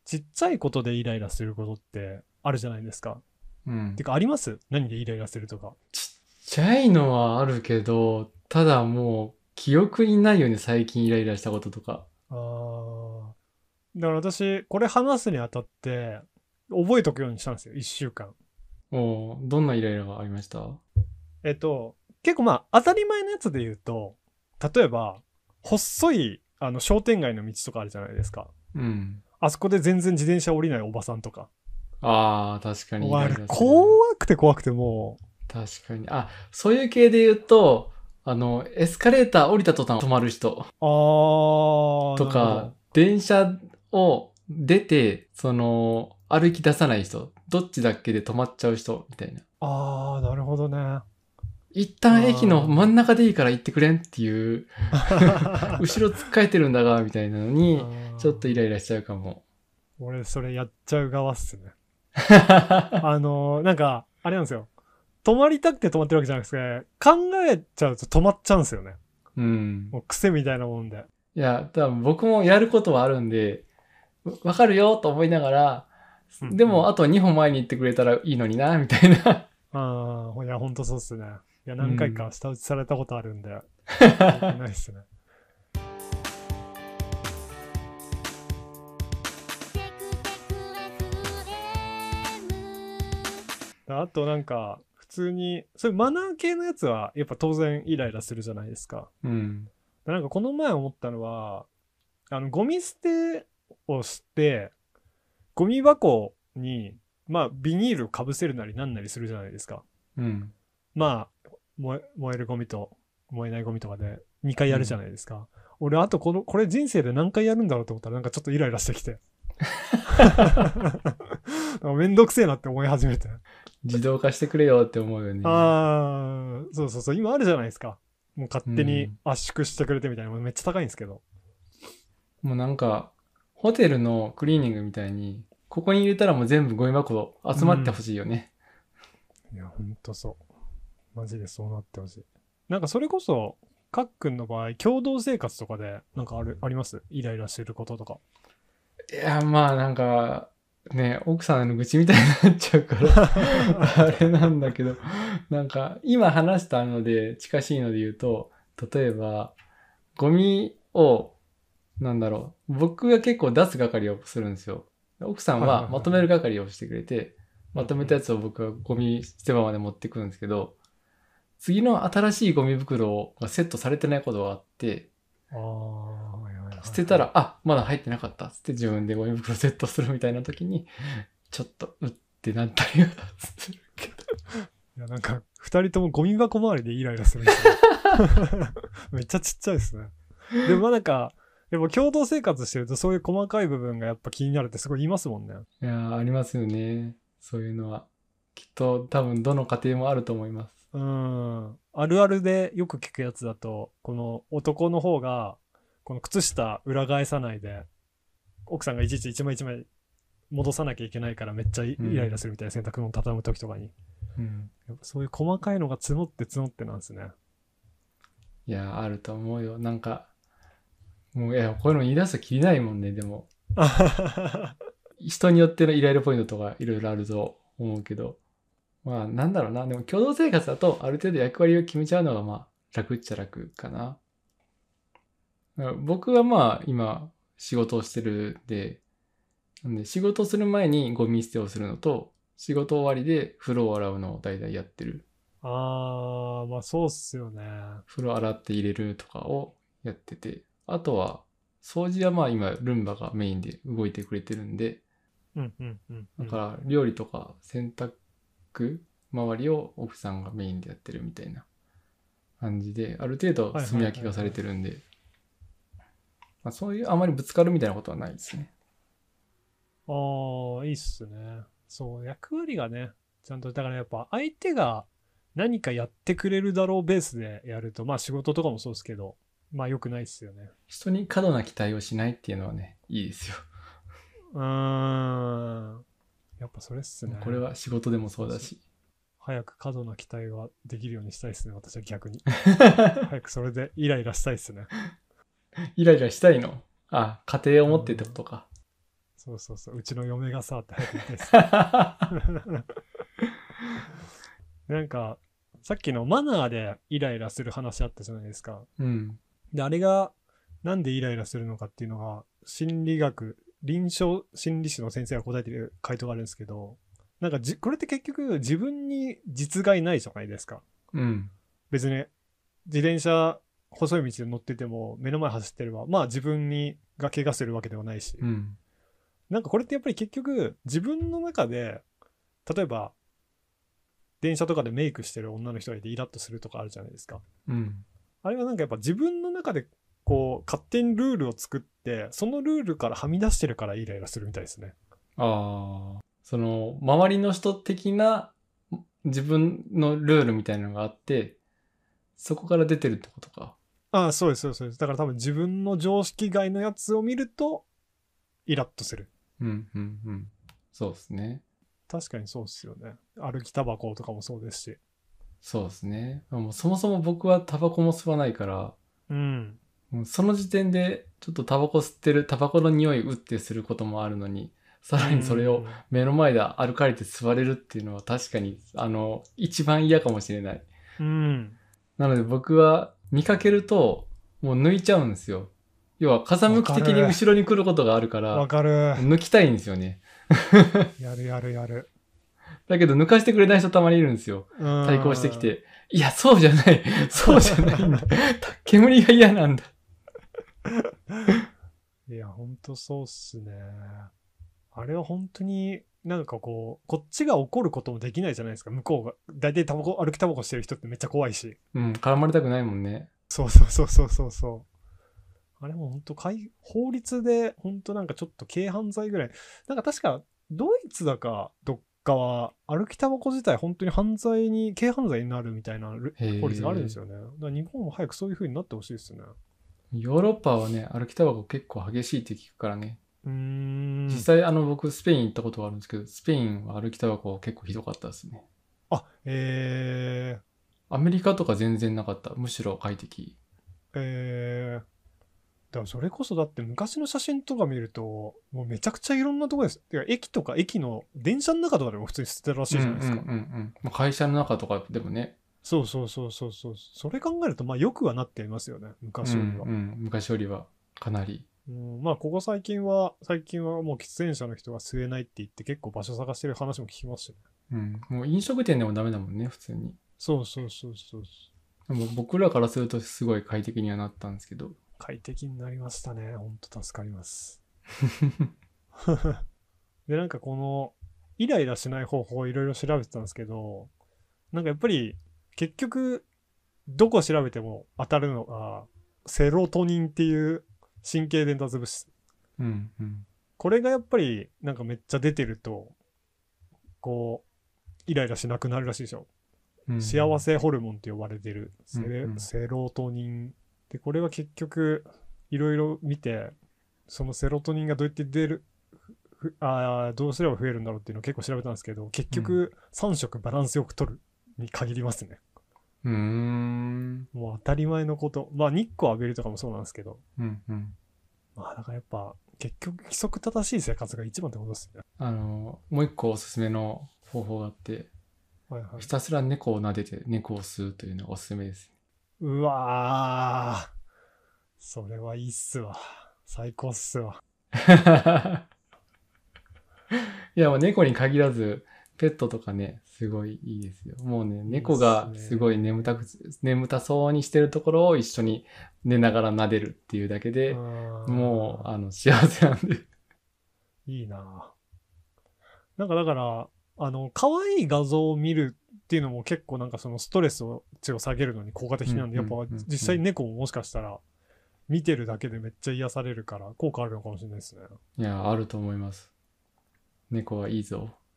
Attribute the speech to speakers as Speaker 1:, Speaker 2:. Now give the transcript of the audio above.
Speaker 1: ちっちゃいことでイライラすることってあるじゃないですか。
Speaker 2: うん。
Speaker 1: てかあります？何でイライラするとか。
Speaker 2: ちっちゃいのはあるけど、ただもう、記憶にないよね、最近イライラしたこととか。
Speaker 1: あー。だから私、これ話すにあたって、覚えとくようにしたんですよ、1週間。
Speaker 2: どんなイライラがありました？
Speaker 1: えっと、結構まあ、当たり前のやつで言うと、例えば、細い、商店街の道とかあるじゃないですか。
Speaker 2: うん。
Speaker 1: あそこで全然自転車降りないおばさんとか。
Speaker 2: ああ、確かにイライ
Speaker 1: もうあれ、
Speaker 2: ラする。
Speaker 1: 怖くて怖くても
Speaker 2: 確かに。あ、そういう系で言うと、エスカレーター降りた途端止まる人
Speaker 1: う、あー、
Speaker 2: とか、
Speaker 1: なるほど。
Speaker 2: 電車を出て、歩き出さない人、どっちだっけで止まっちゃう人、みたいな。
Speaker 1: あー、なるほどね。
Speaker 2: 一旦駅の真
Speaker 1: あ
Speaker 2: ん中でいいから行ってくれんっていう、
Speaker 1: ー。
Speaker 2: 後ろつっかえてるんだが、みたいなの
Speaker 1: あ
Speaker 2: に、ちょっとイライ
Speaker 1: ー、
Speaker 2: ラしちゃうかも。
Speaker 1: 俺、それやっちゃう側っすね。なんか、あれなんですよ。止まりたくて止まってるわけじゃなくて、考えちゃうと止まっちゃうんですよね。
Speaker 2: うん。
Speaker 1: もう癖みたいなもんで。
Speaker 2: いや、多分僕もやることはあるんで、わかるよと思いながら、
Speaker 1: うんうん。
Speaker 2: でもあと2歩前に行ってくれたらいいのにな、みたいな。
Speaker 1: ああ、いや、ほんとそうっすね。いや、
Speaker 2: うん。
Speaker 1: 何回か舌打ちされたことあるんで、よくないっすね。あとなんか、普通に、そういうマナー系のやつは、やっぱ当然イライラするじゃないですか。
Speaker 2: うん。
Speaker 1: なんかこの前思ったのは、ゴミ捨てをして、ゴミ箱に、まあ、ビニールをかぶせるなりなんなりするじゃないですか。
Speaker 2: うん。
Speaker 1: まあ、燃えるゴミと燃えないゴミとかで2回やるじゃ
Speaker 2: うん。
Speaker 1: ないですか。俺、あとこれ人生で何回やるんだろうと思ったらなんかちょっとイライラしてきて。めんどくせえなって思い始めて。
Speaker 2: 自動化してくれよって思うよね。
Speaker 1: そうそうそう、今あるじゃないですか。もう勝手に
Speaker 2: うん。
Speaker 1: 圧縮してくれてみたいな。めっちゃ高いんですけど。
Speaker 2: もうなんか、ホテルのクリーニングみたいに、ここに入れたらもう全部ゴミ箱集まってほ
Speaker 1: うん。
Speaker 2: しいよね。
Speaker 1: いや、ほんとそう。マジでそうなってほしい。なんかそれこそ、かっくんの場合、共同生活とかで、なんかありますイライラしてることとか。
Speaker 2: いや、まあなんか、ね、奥さんの愚痴みたいになっちゃうからあれなんだけど、なんか、今話したので近しいので言うと、例えば、ゴミを、なんだろう、僕が結構出す係をするんですよ。奥さん
Speaker 1: はいはい
Speaker 2: はまとめる
Speaker 1: はいはい。
Speaker 2: 係をしてくれて、まとめたや
Speaker 1: うんうん。
Speaker 2: つを僕はゴミ捨て場まで持ってくるんですけど、次の新しいゴミ袋がセットされてないことがあって、
Speaker 1: ああ、はいはいはい
Speaker 2: 捨てた
Speaker 1: はい。
Speaker 2: ら、あ、まだ入ってなかったっつって自分でゴミ袋セットするみたいな時に、ちょっと、うってなったりはするけど。
Speaker 1: いや、なんか、二人ともゴミ箱周りでイライラするんですね。めっちゃちっちゃいですね。でもまあなんか、やっぱ共同生活してるとそういう細かい部分がやっぱ気になるってすごい言いますもんね。
Speaker 2: いやー、ありますよね。そういうのは。きっと多分どの家庭もあると思います。
Speaker 1: うん。あるあるでよく聞くやつだと、この男の方が、この靴下裏返さないで、奥さんがいちいち一枚一枚戻さなきゃいけないからめっちゃイライラ
Speaker 2: うん。
Speaker 1: するみたいな洗濯物畳む時とかに。
Speaker 2: うん。
Speaker 1: やっぱそういう細かいのが募って募ってなんですね。
Speaker 2: いやー、あると思うよ。なんか、もう、いや、こういうの言い出すときりないもんね、でも。人によってのイライラポイントとかいろいろあると思うけど。まあ、なんだろうな。でも共同生活だとある程度役割を決めちゃうのがまあ、楽っちゃ楽かな。だから僕はまあ、今、仕事をしてるんで、なんで仕事する前にゴミ捨てをするのと、仕事終わりで風呂を洗うのを大体やってる。
Speaker 1: あー、まあそうっすよね。
Speaker 2: 風呂洗って入れるとかをやってて、あとは、掃除はまあ今、ルンバがメインで動いてくれてるんで、
Speaker 1: うんうんうんうん。
Speaker 2: だから料理とか洗濯周りを奥さんがメインでやってるみたいな感じで、ある程度
Speaker 1: はいはいはい
Speaker 2: 炭焼きがされ
Speaker 1: はい。
Speaker 2: てるんで、まあ、そういうあまりぶつかるみたいなことはないですね。
Speaker 1: あー、いいっすね。そう、役割がね、ちゃんと、だからやっぱ相手が何かやってくれるだろうベースでやると、まあ仕事とかもそうですけど、まあ良くないっすよね。
Speaker 2: 人に過度な期待をしないっていうのはね、いいですよ。
Speaker 1: うーん。やっぱそれっすね。
Speaker 2: これは仕事でもそう
Speaker 1: そうそう。
Speaker 2: だし。
Speaker 1: 早く過度な期待ができるようにしたいっすね、私は逆に。早くそれでイライラしたいっすね。
Speaker 2: イライラしたいの？あ、家庭を持ってってこ
Speaker 1: うん。
Speaker 2: とか。
Speaker 1: そうそうそう。うちの嫁がさ、って早く言ってです。なんか、さっきのマナーでイライラする話あったじゃないですか。
Speaker 2: うん。
Speaker 1: で、あれが、なんでイライラするのかっていうのが、心理学、臨床心理士の先生が答えてる回答があるんですけど、なんかこれって結局自分に実害ないじゃないですか。
Speaker 2: うん。
Speaker 1: 別に、自転車、細い道で乗ってても、目の前走ってれば、まあ自分が怪我するわけではないし。
Speaker 2: うん。
Speaker 1: なんかこれってやっぱり結局、自分の中で、例えば、電車とかでメイクしてる女の人がいてイラッとするとかあるじゃないですか。
Speaker 2: うん。
Speaker 1: あれはなんかやっぱ自分の中でこう勝手にルールを作ってそのルールからはみ出してるからイライラするみたいですね。
Speaker 2: ああ、その、周りの人的な自分のルールみたいなのがあって、そこから出てるってことか。
Speaker 1: ああ、そうですそうですそうです。だから多分自分の常識外のやつを見るとイラッとする。
Speaker 2: うん、うん、うん。そうですね。
Speaker 1: 確かにそうですよね。歩きタバコとかもそうですし。
Speaker 2: そうですね。もうそもそも僕はタバコも吸わないから、
Speaker 1: うん。
Speaker 2: もうその時点でちょっとタバコ吸ってる、タバコの匂いうってすることもあるのに、さらにそれを目の前で歩かれて吸われるっていうのは確かに、一番嫌かもしれない。
Speaker 1: うん。
Speaker 2: なので僕は見かけると、もう抜いちゃうんですよ。要は風向き的に後ろに来ることがあるから、
Speaker 1: わかる。
Speaker 2: 抜きたいんですよね。
Speaker 1: やるやるやる。
Speaker 2: だけど抜かしてくれない人たまにいるんですよ。対抗してきて。いや、そうじゃない。そうじゃないんだ。煙が嫌なんだ。
Speaker 1: いや、ほんとそうっすね。あれは本当になんかこっちが怒ることもできないじゃないですか。向こうが。大体歩きタバコしてる人ってめっちゃ怖いし。
Speaker 2: うん、絡まれたくないもんね。
Speaker 1: そうそうそうそうそうそう。あれも本当法律で本当なんかちょっと軽犯罪ぐらい。なんか確かドイツだかどっかは歩きタバコ自体本当に軽犯罪になるみたいな法律があるんですよね。だから日本も早くそういう風になってほしいですね。
Speaker 2: ヨーロッパはね、歩きタバコ結構激しいって聞くからね。
Speaker 1: うーん。
Speaker 2: 実際僕スペイン行ったことがあるんですけど、スペインは歩きタバコ結構ひどかったですね。
Speaker 1: あ、
Speaker 2: アメリカとか全然なかった。むしろ快適。
Speaker 1: だからそれこそだって昔の写真とか見ると、もうめちゃくちゃいろんなとこです。てか駅とか駅の電車の中とかでも普通に捨ててるらしいじゃないですか。
Speaker 2: 会社の中とかでもね。
Speaker 1: そうそうそうそうそう。それ考えると、まあよくはなっていますよね。昔よりは。
Speaker 2: 昔よりはかなり。
Speaker 1: まあここ最近はもう喫煙者の人が吸えないって言って結構場所探してる話も聞きますしね。
Speaker 2: もう飲食店でもダメだもんね、普通に。
Speaker 1: そうそうそうそう。
Speaker 2: でも僕らからするとすごい快適にはなったんですけど。
Speaker 1: 快適になりましたね。ほんと助かります。で、なんかこの、イライラしない方法をいろいろ調べてたんですけど、なんかやっぱり結局どこ調べても当たるのがセロトニンっていう神経伝達物質。
Speaker 2: うんうん。
Speaker 1: これがやっぱりなんかめっちゃ出てるとこうイライラしなくなるらしいでしょ。幸せホルモンって呼ばれてるセロトニンで、これは結局いろいろ見てそのセロトニンがどうやってどうすれば増えるんだろうっていうのを結構調べたんですけど、結局3食バランスよく取るに限りますね。もう当たり前のこと。まあ日光浴びるとかもそうなんですけど。まあだからやっぱ結局規則正しい生活が一番ってことですね。
Speaker 2: もう一個おすすめの方法があって、ひたすら猫を撫でて猫を吸うというのがおすすめです。
Speaker 1: うわー。それはいいっすわ。最高っすわ。
Speaker 2: いやもう猫に限らず、ペットとかね、すごいいいですよ。もうね、猫がすごい眠たそうにしてるところを一緒に寝ながら撫でるっていうだけで、もう、幸せなんで。
Speaker 1: いいな。なんかだから、可愛い画像を見るっていうのも結構なんかそのストレスを下げるのに効果的なんで、やっぱ実際猫ももしかしたら見てるだけでめっちゃ癒されるから効果あるのかもしれないですね。
Speaker 2: いや、あると思います。猫はいいぞ。